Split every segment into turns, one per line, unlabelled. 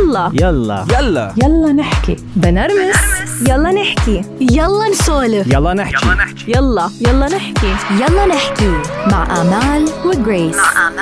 يلا
يلا
يلا
يلا نحكي.
بنرمس.
يلا نحكي.
يلا نسولف.
يلا نحكي.
يلا نحكي.
يلا نحكي مع آمال وغريس.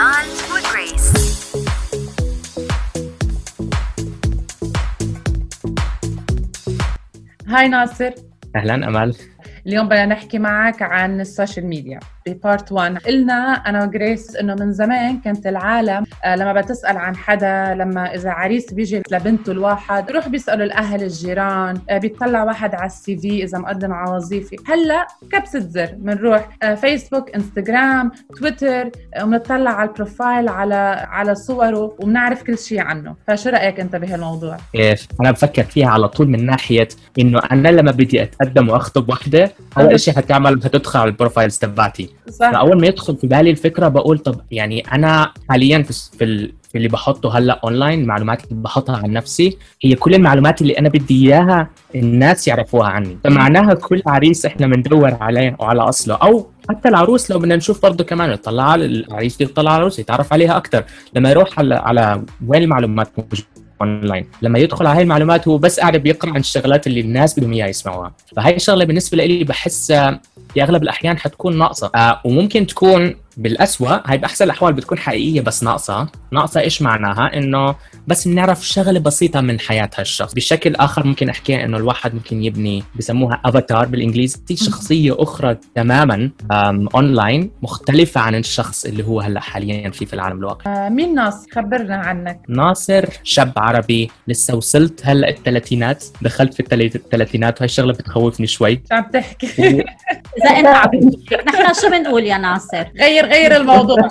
هاي ناصر،
أهلا أمال.
اليوم بدنا نحكي معك عن السوشيال ميديا ببارت 1. قلنا أنا وغريس إنه من زمان كانت العالم لما بتسأل عن حدا، لما إذا عريس بيجي لبنته الواحد يروح بيسألوا الأهل الجيران، بيطلع واحد على السي في إذا مقدم على وظيفة. هلأ كبسة زر بنروح فيسبوك، انستغرام، تويتر، وبنطلع على البروفايل على صوره وبنعرف كل شيء عنه. فشو رأيك أنت بهالموضوع؟
كيف؟ أنا بفكر فيها على طول من ناحية إنه أنا لما بدي أتقدم وأخطب وحدة، أول شيء هتدخل على البروفايلز تبعتي. فأول ما يدخل في بالي الفكرة بقول طب يعني أنا حاليا في اللي بحطه هلا اونلاين، المعلومات اللي بحطها عن نفسي هي كل المعلومات اللي انا بدي اياها الناس يعرفوها عني. فمعناها كل عريس احنا بندور عليه وعلى اصله، او حتى العروس لو بدنا نشوف برضه كمان يطلع على العريس، يطلع على العروس يتعرف عليها اكثر. لما يروح على وين المعلومات موجوده اونلاين، لما يدخل على هاي المعلومات هو بس قاعد بيقرا عن الشغلات اللي الناس بدهم اياها يسمعوها. فهاي الشغله بالنسبه لي بحس في اغلب الاحيان حتكون ناقصه، وممكن تكون بالأسوأ هاي بأحسن الأحوال بتكون حقيقية بس ناقصة. إيش معناها؟ إنه بس نعرف شغلة بسيطة من حياة هالشخص. بشكل آخر ممكن أحكي إنه الواحد ممكن يبني بسموها أفاتار بالإنجليزي، شخصية أخرى تماماً أونلاين مختلفة عن الشخص اللي هو هلأ حالياً في العالم الواقعي.
مين ناصر؟ خبرنا عنك.
ناصر شاب عربي لسه وصلت هلأ الثلاثينات، دخلت في الثلاثينات وهي الشغلة بتخوفني شوي.
شو عم تحكي؟
إذا أنت عم تحكي نحن شو بنقول يا ناصر؟
غير الموضوع.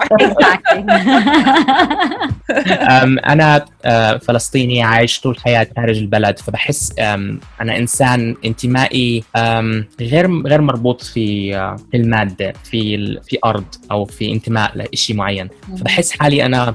أنا فلسطيني عايش طول حياتي خارج البلد، فبحس أنا إنسان انتمائي غير مربوط في المادة، في أرض أو في انتماء لإشي معين. فبحس حالي أنا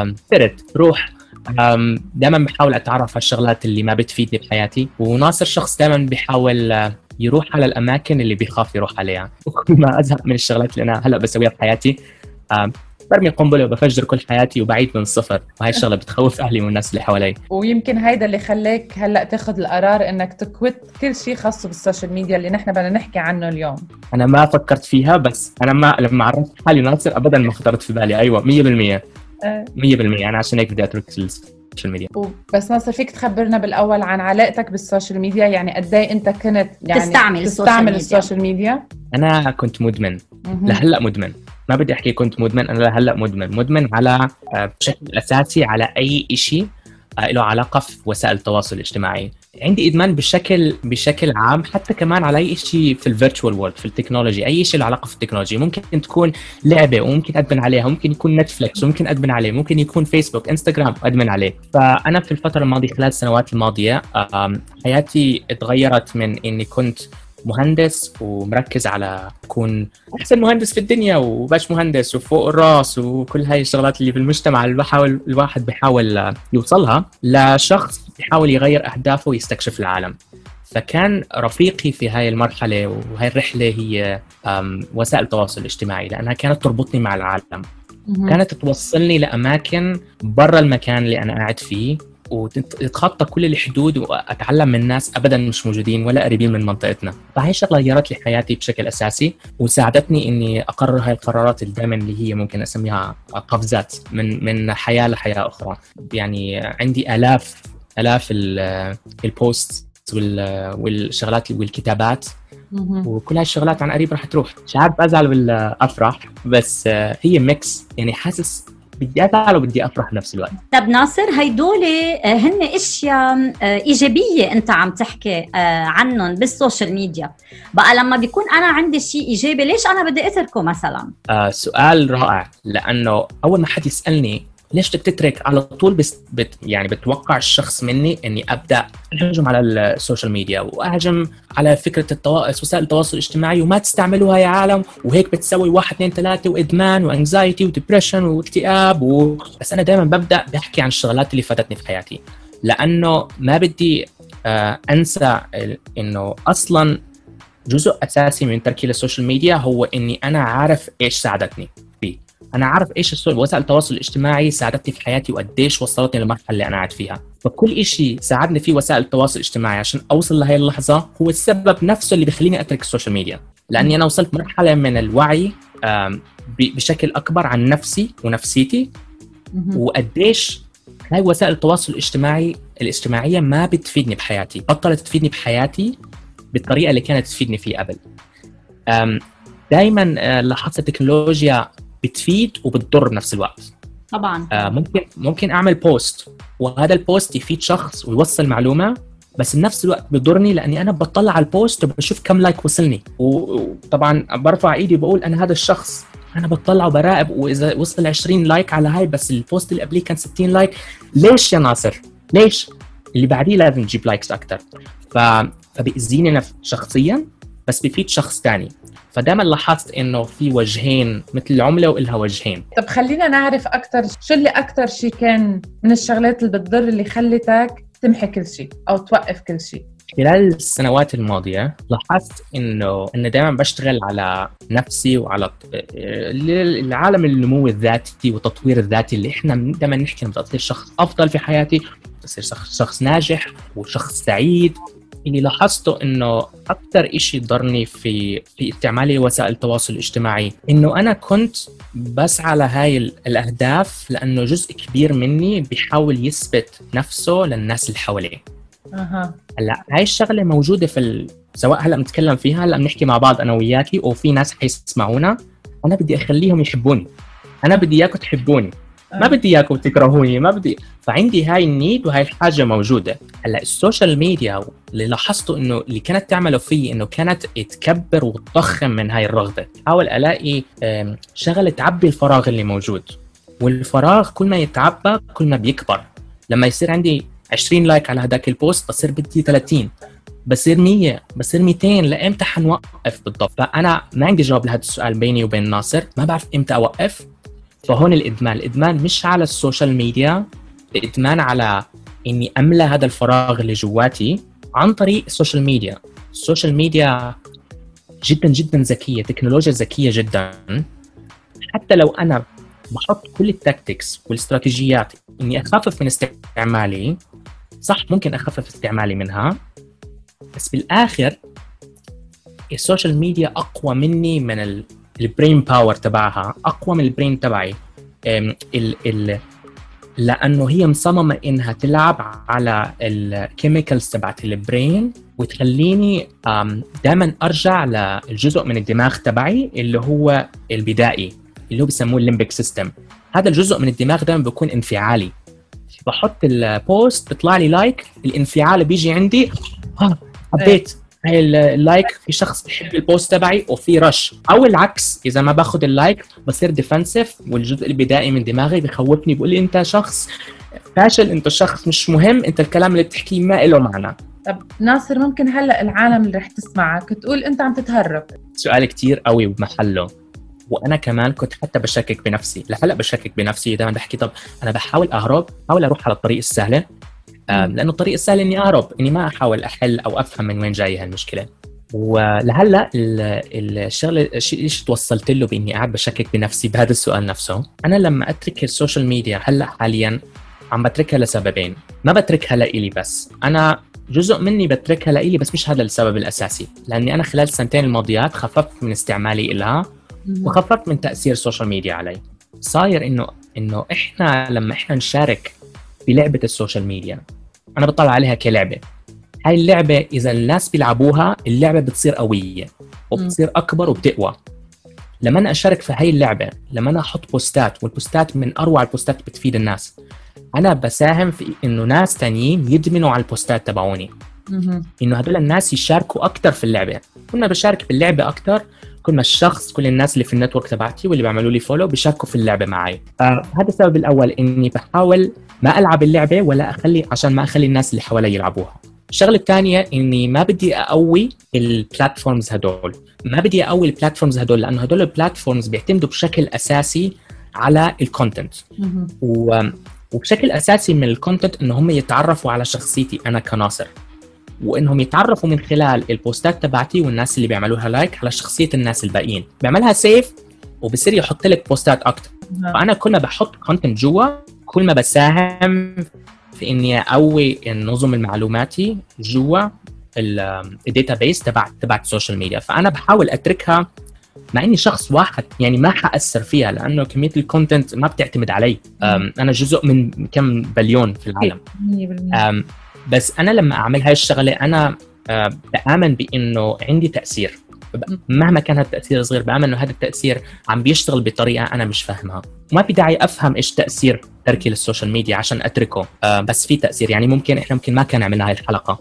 روح دائما بحاول أتعرف على الشغلات اللي ما بتفيدني بحياتي. وناصر شخص دائما بيحاول يروح على الأماكن اللي بيخاف يروح عليها. وكل ما أزهق من الشغلات اللي أنا هلأ بسويها بحياتي برمي قنبلة وبفجر كل حياتي وبعيد من الصفر. وهي الشغلة بتخوف أهلي والناس اللي حوالي.
ويمكن هيدا اللي خلاك هلأ تاخد القرار إنك تكوت كل شيء خاصه بالسوشيال ميديا اللي نحن بدنا نحكي عنه اليوم.
أنا ما فكرت فيها، بس أنا لما عرفت حالي ناصر أبداً ما خطرت في بالي. أيوة 100%. أنا عشان هيك بدي أترك السوشيال ميديا.
بس ناصر، فيك تخبرنا بالأول عن علاقتك بالسوشيال ميديا؟ يعني قد ايه أنت كنت يعني تستعمل السوشيال ميديا؟
أنا كنت مدمن، لهلأ مدمن. ما بدي أحكي كنت مدمن، أنا لهلأ مدمن على بشكل أساسي على أي إشي له علاقة في وسائل التواصل الاجتماعي. عندي إدمان بشكل عام، حتى كمان على أي شيء في الفيرتشوال وورلد، في التكنولوجي. أي شيء له علاقة في التكنولوجيا ممكن تكون لعبة وممكن أدمن عليها، ممكن يكون نتفليكس وممكن أدمن عليه، ممكن يكون فيسبوك، انستغرام وأدمن عليه. فأنا في الفترة الماضية خلال السنوات الماضية حياتي اتغيرت من إني كنت مهندس ومركز على أكون أحسن مهندس في الدنيا وباش مهندس وفوق الراس وكل هاي الشغلات اللي في المجتمع اللي الواحد بيحاول يوصلها، لشخص بيحاول يغير أهدافه ويستكشف العالم. فكان رفيقي في هاي المرحلة وهاي الرحلة هي وسائل التواصل الاجتماعي، لأنها كانت تربطني مع العالم. كانت توصلني لأماكن برا المكان اللي أنا قاعد فيه، وتتخطى كل الحدود وأتعلم من ناس أبداً مش موجودين ولا قريبين من منطقتنا. فهي الشغلة غيرت لي حياتي بشكل أساسي، وساعدتني إني أقرر هاي القرارات دايماً اللي هي ممكن أسميها قفزات من حياة لحياة أخرى. يعني عندي آلاف البوست والشغلات والكتابات، وكل هالشغلات عن قريب رح تروح. مش عارف أزعل ولا أفرح، بس هي ميكس. يعني حاسس بدي أزعل وبدي أفرح بنفس الوقت.
طب ناصر، هيدول هن إشياء إيجابية أنت عم تحكي عنهم بالسوشيال ميديا. بقى لما بيكون أنا عندي شيء إيجابي، ليش أنا بدي أتركه مثلا؟
سؤال رائع، لأنه أول ما حد يسألني ليش بدك تترك، على طول يعني بتوقع الشخص مني اني ابدا اهجم على السوشيال ميديا واهجم على فكره وسائل التواصل الاجتماعي وما تستعملوها يا عالم، وهيك بتسوي 1 2 3 وادمان وانكزايتي وديبريشن واكتئاب بس انا دائما ببدا بحكي عن الشغلات اللي فاتتني في حياتي، لانه ما بدي انسى انه اصلا جزء اساسي من تركي للسوشيال ميديا هو اني انا عارف ايش ساعدتني فيه. انا عارف ايش وسائل التواصل الاجتماعي ساعدتني في حياتي وقديش وصلتني للمرحله اللي انا قاعد فيها. فكل إشي ساعدني فيه وسائل التواصل الاجتماعي عشان أوصل لهي اللحظة هو السبب نفسه اللي بيخليني أترك السوشيال ميديا، لأني أنا وصلت مرحلة من الوعي بشكل أكبر عن نفسي ونفسيتي، وقديش هاي وسائل التواصل الاجتماعية ما بتفيدني بحياتي، بطلت تفيدني بحياتي بالطريقة اللي كانت تفيدني فيه قبل. دايما لاحظت التكنولوجيا بتفيد وبتضر بنفس الوقت.
طبعا
ممكن أعمل بوست وهذا البوست يفيد شخص ويوصل معلومة، بس بنفس الوقت بضرني لأني أنا بطلع على البوست وبشوف كم لايك وصلني، وطبعا برفع إيدي وبقول أنا هذا الشخص أنا بطلع وبراقب، وإذا وصل 20 لايك على هاي بس البوست اللي قبليه كان 60 لايك، ليش يا ناصر؟ ليش؟ اللي بعديه لازم يجيب لايكس أكتر. فبيأذيني أنا شخصيا بس بيفيد شخص تاني. فدائما لاحظت إنه في وجهين، مثل العملة وإلها وجهين.
طب خلينا نعرف أكتر شو اللي أكتر شيء كان من الشغلات اللي بتضر اللي خلتك تمحي كل شيء أو توقف كل شيء؟
خلال السنوات الماضية لاحظت إنه دائما بشتغل على نفسي وعلى العالم النمو الذاتي والتطوير الذاتي اللي إحنا دائما نحكي إنه بتصير شخص أفضل في حياتي، بتصير شخص ناجح وشخص سعيد. اللي لاحظته إنه أكتر إشي ضرني في استعمالي لوسائل التواصل الاجتماعي إنه أنا كنت بسعى لهاي الأهداف لأنه جزء كبير مني بيحاول يثبت نفسه للناس اللي حواليه. هلا هاي الشغلة موجودة سواء هلا بنتكلم فيها، هلا بنحكي مع بعض أنا وياكي وفي ناس حيسمعونا، أنا بدي أخليهم يحبوني، أنا بدي إياكم تحبوني، ما بدي إياكم تكرهوني، ما بدي. فعندي هاي النيد وهاي الحاجة موجودة. هلا السوشيال ميديا اللي لاحظته إنه اللي كانت تعمله فيه إنه كانت تكبر وتضخم من هاي الرغبة، حاول ألاقي شغلة تعبي الفراغ اللي موجود، والفراغ كل ما يتعبى كل ما بيكبر. لما يصير عندي 20 لايك على هداك البوست بصير بدي 30، بصير 100، بصير 200، لأمتى حنوقف بالضبط؟ فأنا ما عندي جواب لهذا السؤال بيني وبين ناصر، ما بعرف إمتى أوقف. فهون الإدمان مش على السوشيال ميديا، الإدمان على إني أملأ هذا الفراغ اللي جواتي عن طريق السوشيال ميديا. السوشيال ميديا جدا جدا ذكية، تكنولوجيا ذكية جدا. حتى لو أنا بحط كل التكتيكس والاستراتيجيات إني أخفف من استعمالي، صح ممكن أخفف استعمالي منها، بس بالآخر السوشيال ميديا أقوى مني من البرين باور تبعها، أقوى من البرين تبعي، لأنه هي مصممة إنها تلعب على الكيميكالز تبعت البرين وتخليني دائما أرجع للجزء من الدماغ تبعي اللي هو البدائي، اللي هو بيسموه الليمبيك سيستم. هذا الجزء من الدماغ دائما بيكون انفعالي. بحط البوست بيطلع لي لايك، الانفعال بيجي عندي حبيت هاي اللايك، في شخص بيحب البوست تبعي وفي رش. او العكس، اذا ما باخذ اللايك بصير ديفنسيف، والجزء البدائي من دماغي بخوفني بيقول لي انت شخص فاشل، انت شخص مش مهم، انت الكلام اللي بتحكيه ما له معنى.
طب ناصر، ممكن هلا العالم اللي رح تسمعك تقول انت عم تتهرب؟
سؤال كتير قوي وبمحله، وانا كمان كنت حتى بشكك بنفسي، لهلا بشكك بنفسي، دائما بحكي طب انا بحاول اهرب، بحاول اروح على الطريق السهله، لانه الطريق السهل اني اهرب، اني ما احاول احل او افهم من وين جاي هالمشكله. ولهلا الشغله الشيء اللي توصلت له باني قاعد بشكك بنفسي بهذا السؤال نفسه. انا لما اترك السوشيال ميديا هلا حاليا عم بتركها لسببين، ما بتركها لإلي بس، انا جزء مني بتركها لإلي بس مش هذا السبب الاساسي، لاني انا خلال السنتين الماضيات خففت من استعمالي لها وخففت من تاثير السوشيال ميديا علي. صاير انه احنا لما احنا نشارك بلعبه السوشيال ميديا، انا بطلع عليها كلعبه. هاي اللعبه اذا الناس بيلعبوها اللعبه بتصير قويه وبتصير اكبر وبتقوى. لما انا اشارك في هاي اللعبه، لما انا احط بوستات، والبوستات من اروع البوستات بتفيد الناس، انا بساهم في انه ناس تانيين يدمنوا على البوستات تبعوني، انه هدول الناس يشاركوا اكثر في اللعبه. كل ما بشارك في اللعبه اكثر، كل ما كل الناس اللي في النتورك تبعتي واللي بيعملوا لي فولو بيشاركوا في اللعبه معي. هذا السبب الاول، اني بحاول ما العب اللعبه ولا عشان ما اخلي الناس اللي حوالي يلعبوها. الشغله الثانيه اني ما بدي اقوي البلاتفورمز هدول، ما بدي اقوي البلاتفورمز هدول، لانه هدول البلاتفورمز بيعتمدوا بشكل اساسي على الكونتنت، وبشكل اساسي من الكونتنت انه هم يتعرفوا على شخصيتي انا كناصر، وانهم يتعرفوا من خلال البوستات تبعتي والناس اللي بيعملوا لها لايك على شخصيه الناس الباقيين. بيعملها سيف وبصير يحط لك بوستات اكتر. فانا كل ما بحط كونتنت جوا، كل ما بساهم في اني اقوي النظم المعلوماتي جوا الداتابيس تبعت السوشيال ميديا. فانا بحاول اتركها مع اني شخص واحد، يعني ما حأثر فيها لانه كميه الكونتنت ما بتعتمد علي. انا جزء من كم بليون في العالم. بس انا لما اعمل هاي الشغله انا بآمن بانه عندي تأثير، مهما كان هالتأثير صغير بآمن انه هذا التأثير عم بيشتغل بطريقه انا مش فاهمها. وما في داعي افهم ايش تأثير تركي للسوشيال ميديا عشان اتركه. بس في تأثير، يعني ممكن احنا ما كان عملنا هاي الحلقه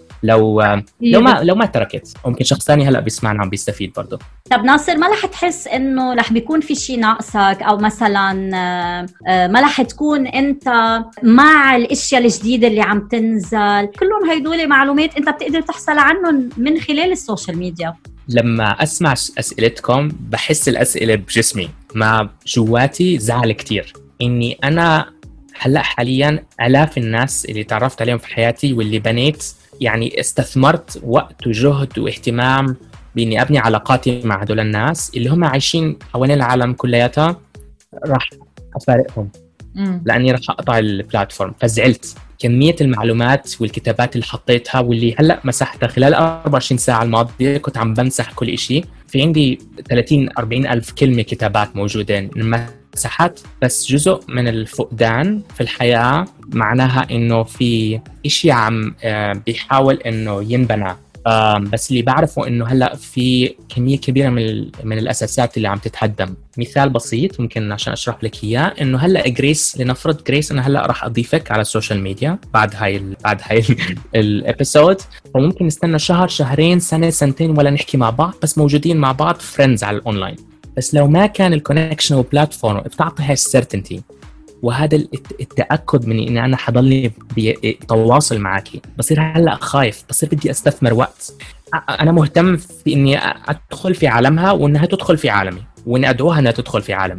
لو ما تركت، ممكن شخص ثاني هلا بيسمعنا عم بيستفيد برضه.
طب ناصر، ما رح تحس انه رح بيكون في شيء ناقصك، او مثلا ما رح تكون انت مع الاشياء الجديده اللي عم تنزل؟ كلهم هيدول معلومات انت بتقدر تحصل عنهم من خلال السوشيال ميديا.
لما اسمع اسئلتكم بحس الاسئله بجسمي، ما جواتي زعل كتير اني انا هلا حاليا الاف الناس اللي تعرفت عليهم في حياتي واللي بنيت، يعني استثمرت وقت وجهد واهتمام بإني أبني علاقاتي مع هدول الناس اللي هم عايشين حوالين العالم كلياتها، راح أفارقهم لأني راح أقطع البلاتفورم. فزعلت كمية المعلومات والكتابات اللي حطيتها واللي هلأ مسحتها خلال 24 ساعة الماضية. كنت عم بمسح كل إشي، في عندي 30-40 ألف كلمة كتابات موجودين مسحت. بس جزء من الفقدان في الحياة معناها إنه في إشي عم بيحاول إنه ينبنى. بس اللي بعرفه إنه هلأ في كمية كبيرة من الأساسات اللي عم تتهدم. مثال بسيط ممكن عشان أشرح لك إياه، إنه هلأ جريس، لنفرض جريس أنا هلأ راح أضيفك على السوشيال ميديا بعد هاي الابيسود، وممكن نستنى شهر، شهرين، سنة، سنتين ولا نحكي مع بعض، بس موجودين مع بعض فريندز على الأونلاين. بس لو ما كان الكونكشن والبلاتفورم بتعطي هاي السيرتينتي وهذا التأكد من إن أنا حضلني بتواصل معاكي، بصير هلأ خايف، بصير بدي أستثمر وقت. أنا مهتم في إني أدخل في عالمها وإنها تدخل في عالمي، وإني أدعوها إنها تدخل في عالمي.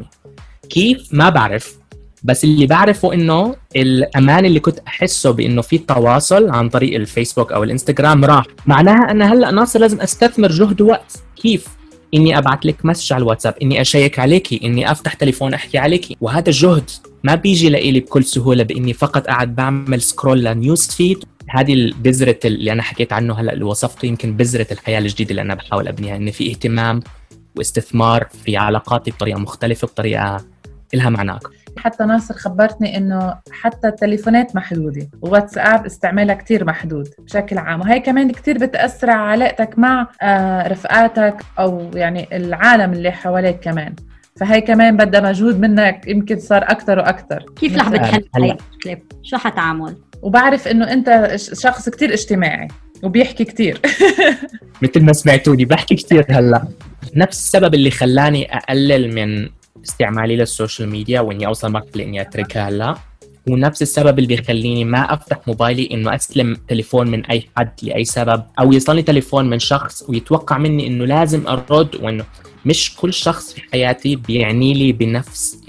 كيف ما بعرف، بس اللي بعرفه إنه الأمان اللي كنت أحسه بإنه في تواصل عن طريق الفيسبوك أو الإنستغرام راح. معناها أنا هلأ ناصر لازم أستثمر جهد ووقت. كيف؟ إني أبعت لك مسج على الواتساب، إني أشيك عليكي، إني أفتح تليفون أحكي عليكي. وهذا الجهد ما بيجي لإلي بكل سهولة بإني فقط قاعد بعمل سكرول لنيوز فيد. هذه البذرة اللي أنا حكيت عنه هلأ اللي وصفته يمكن بذرة الحياة الجديدة اللي أنا بحاول أبنيها، إن في اهتمام واستثمار في علاقاتي بطريقة مختلفة، بطريقة إلها معنى.
حتى ناصر خبرتني إنه حتى التليفونات محدودة وواتساب استعمالها كتير محدود بشكل عام، وهي كمان كتير بتأثر على علاقتك مع رفقاتك أو يعني العالم اللي حواليك كمان. فهي كمان بدها مجهود منك، يمكن صار أكتر وأكتر.
كيف رح بتحل هاي المشكلة؟ شو حتعمل؟
وبعرف إنه أنت شخص كتير اجتماعي وبيحكي كتير.
مثل ما سمعتوني بحكي كتير هلأ. نفس السبب اللي خلاني أقلل من استعمالي للسوشيال ميديا وإني أوصل مرحلة إني أتركها هلا، ونفس السبب اللي بيخليني ما أفتح موبايلي إنه أستلم تليفون من أي حد لأي سبب، أو يصلني تليفون من شخص ويتوقع مني إنه لازم أرد، وإنه مش كل شخص في حياتي بيعني لي بنفس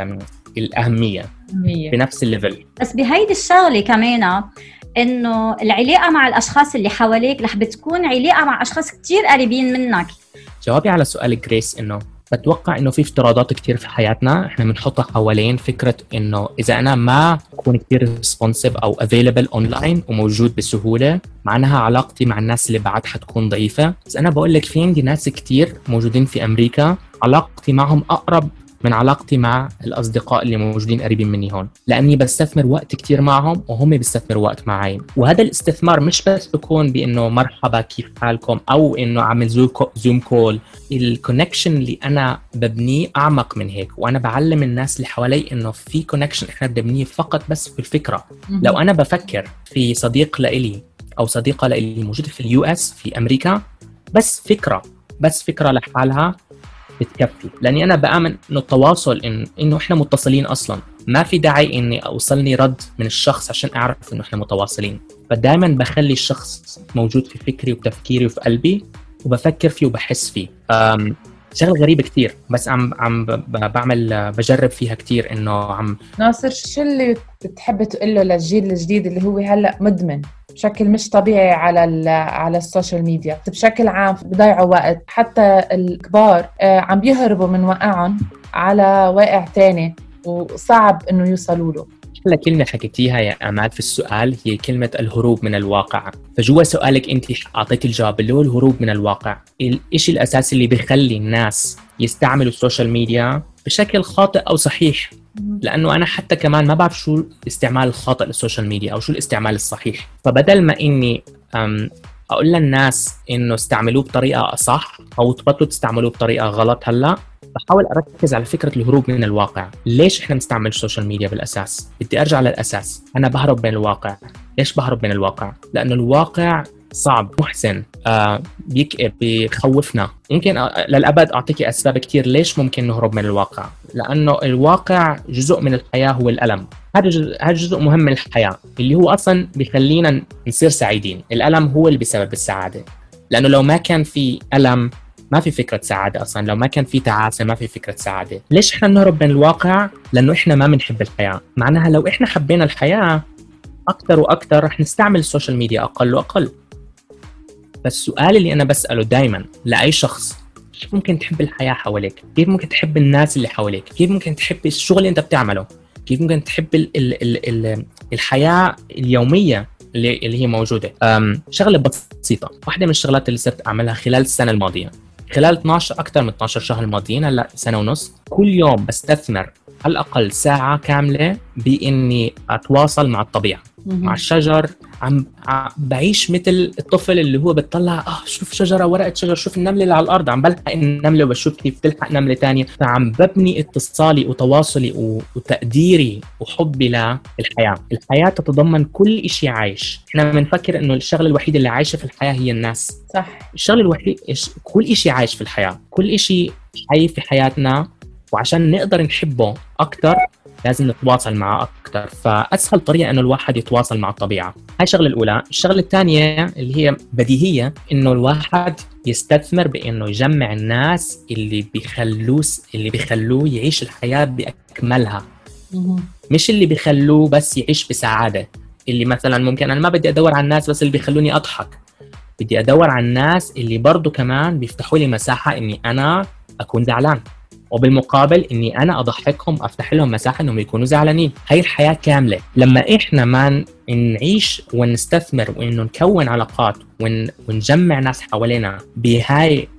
الأهمية بنفس الليفل.
بس بهيدي الشغلة كمان إنه العلاقة مع الأشخاص اللي حواليك رح بتكون علاقة مع أشخاص كتير قريبين منك.
جوابي على سؤال جريس إنه بتوقع إنه في افتراضات كتير في حياتنا إحنا بنحطها حوالين فكرة إنه إذا أنا ما أكون كتير responsive أو available أونلاين وموجود بسهولة، معناها علاقتي مع الناس اللي بعد حتكون ضعيفة. بس أنا بقول لك في عندي ناس كتير موجودين في أمريكا علاقتي معهم أقرب من علاقتي مع الأصدقاء اللي موجودين قريبين مني هون، لأني بستثمر وقت كتير معهم وهم بيستثمروا وقت معي. وهذا الاستثمار مش بس بيكون بإنه مرحبا كيف حالكم أو إنه أعمل زوم كول. الكونكشن اللي أنا ببنيه أعمق من هيك، وأنا بعلم الناس اللي حوالي إنه في كونكشن إحنا بنبنيه فقط بس في الفكرة. لو أنا بفكر في صديق لإلي أو صديقة لإلي موجودة في US في أمريكا، بس فكرة لحالها بتكفي، لاني انا بآمن انه التواصل انه احنا متصلين اصلا. ما في داعي اني اوصلني رد من الشخص عشان اعرف انه احنا متواصلين. فدائما بخلي الشخص موجود في فكري وتفكيري وفي قلبي وبفكر فيه وبحس فيه. شغل غريب كتير، بس عم بجرب فيها كتير. انه
ناصر، شو اللي بتحب تقوله للجيل الجديد اللي هو هلا مدمن بشكل مش طبيعي على السوشيال ميديا بشكل عام، بضيعوا وقت، حتى الكبار عم بيهربوا من وقعهم على واقع تاني وصعب انه يوصلوا له؟
أحلى كلمة حكيتيها يا أمال في السؤال هي كلمة الهروب من الواقع. فجوا سؤالك أنت أعطيت الجواب اللي هو الهروب من الواقع. الإشي الأساسي اللي بيخلي الناس يستعملوا السوشيال ميديا بشكل خاطئ أو صحيح، لأنه أنا حتى كمان ما بعرف شو الاستعمال الخاطئ للسوشيال ميديا أو شو الاستعمال الصحيح. فبدل ما إني أقول للناس إنه استعملوه بطريقة صح أو تبطلوا تستعملوه بطريقة غلط، هلأ بحاول أركز على فكرة الهروب من الواقع. ليش إحنا بنستعمل السوشيال ميديا بالأساس؟ بدي أرجع للأساس. أنا بهرب من الواقع. ليش بهرب من الواقع؟ لأنه الواقع صعب، محزن، بيكئب، بيخوفنا. ممكن للأبد أعطيك أسباب كتير ليش ممكن نهرب من الواقع. لأنه الواقع جزء من الحياة هو الألم. هذا جزء مهم من الحياة اللي هو أصلاً بيخلينا نصير سعيدين. الألم هو اللي بسبب السعادة، لأنه لو ما كان في ألم ما في فكرة سعادة أصلاً. لو ما كان في تعاسة ما في فكرة سعادة. ليش إحنا نهرب من الواقع؟ لأنه إحنا ما بنحب الحياة. معناها لو إحنا حبينا الحياة أكتر وأكتر رح نستعمل السوشيال ميديا أقل وأقل. فالسؤال اللي أنا بسأله دايماً لأي شخص، كيف ممكن تحب الحياة حواليك؟ كيف ممكن تحب الناس اللي حواليك؟ كيف ممكن تحب الشغل اللي أنت بتعمله؟ كيف ممكن تحب الحياة اليومية اللي هي موجودة؟ شغلة بسيطة. واحدة من الشغلات اللي صرت أعملها خلال السنة الماضية، خلال أكثر من 12 شهر الماضيين، هلا سنة ونص، كل يوم بستثمر على الأقل ساعة كاملة بإني أتواصل مع الطبيعة، مع الشجر. عم بعيش مثل الطفل اللي هو بتطلع شوف شجرة، ورقة شجر، شوف النملة اللي على الأرض، عم بلحق النملة وبشوف كيف تلحق نملة تانية. فعم ببني اتصالي وتواصلي وتقديري وحبي للحياة. الحياة تتضمن كل إشي عايش. إحنا بنفكر إنه الشغلة الوحيدة اللي عايشة في الحياة هي الناس.
صح.
الشغلة الوحيدة، كل إشي عايش في الحياة، كل إشي حي في حياتنا، وعشان نقدر نحبه أكتر لازم نتواصل معه أكتر. فأسهل طريقة إنه الواحد يتواصل مع الطبيعة. هاي الشغلة الأولى. الشغلة الثانية اللي هي بديهية، إنه الواحد يستثمر بإنه يجمع الناس اللي بيخلوه يعيش الحياة بأكملها، مش اللي بيخلوه بس يعيش بسعادة. اللي مثلا ممكن أنا ما بدي أدور على الناس بس اللي بيخلوني أضحك، بدي أدور على الناس اللي برضو كمان بيفتحوا لي مساحة إني أنا أكون زعلان، وبالمقابل إني أنا أضحكهم، أفتح لهم مساحة إنهم يكونوا زعلانين. هاي الحياة كاملة. لما إحنا ما نعيش ونستثمر وإنه نكون علاقات ونجمع ناس حوالينا بهاي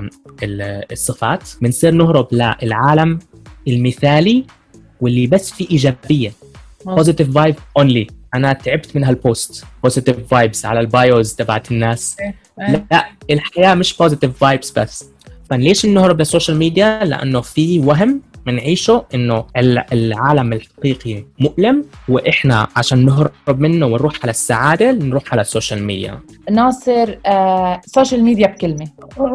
الصفات، بنصير نهرب للعالم المثالي واللي بس فيه إيجابية. positive vibe only. أنا تعبت من هالبوست positive vibes على البايوز تبعت الناس. لا، الحياة مش positive vibes بس. فليش نهرب للسوشيال ميديا؟ لأنه في وهم منعيشه إنه العالم الحقيقي مؤلم، وإحنا عشان نهرب منه ونروح على السعادة نروح على السوشيال ميديا.
ناصر، سوشيال ميديا بكلمة.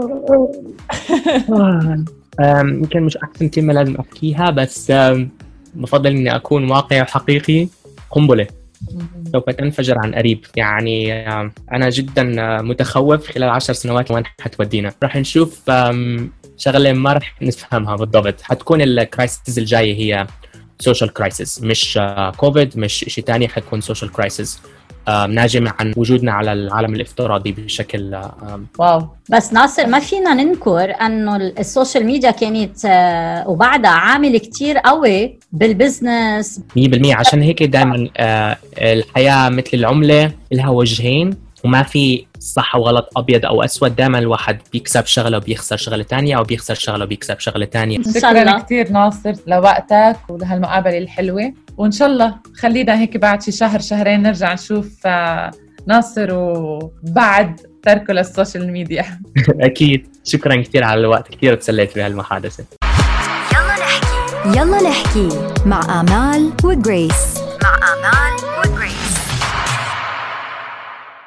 يمكن مش أحسن كلمة لازم أحكيها، بس بفضل إني أكون واقعي وحقيقي. قنبلة سوف تنفجر عن قريب. يعني أنا جدا متخوف خلال 10 سنوات وين حتودينا. راح نشوف شغلة ما راح نفهمها بالضبط. حتكون الكرايسيس الجاية هي سوشيال كرايسيس، مش كوفيد، مش إشي تاني، حتكون سوشيال كرايسيس ناجم عن وجودنا على العالم الافتراضي بشكل
واو.
بس ناصر، ما فينا ننكر أنه السوشيال ميديا كانت وبعدها عامل كتير قوي بالبزنس
100%. عشان هيك دائما الحياة مثل العملة لها وجهين، وما في صح وغلط، أبيض أو أسود. دائما الواحد بيكسب شغلة وبيخسر شغلة تانية، أو بيخسر شغلة وبيكسب شغلة تانية.
شكرا كتير ناصر لوقتك ولهالمقابلة الحلوة، وإن شاء الله خلينا هيك بعد شي شهر شهرين نرجع نشوف ناصر وبعد تركه للسوشيال ميديا.
أكيد. شكرا كتير على الوقت، كتير تسليت بهالمحادثة.
يلا نحكي مع آمال وغريس.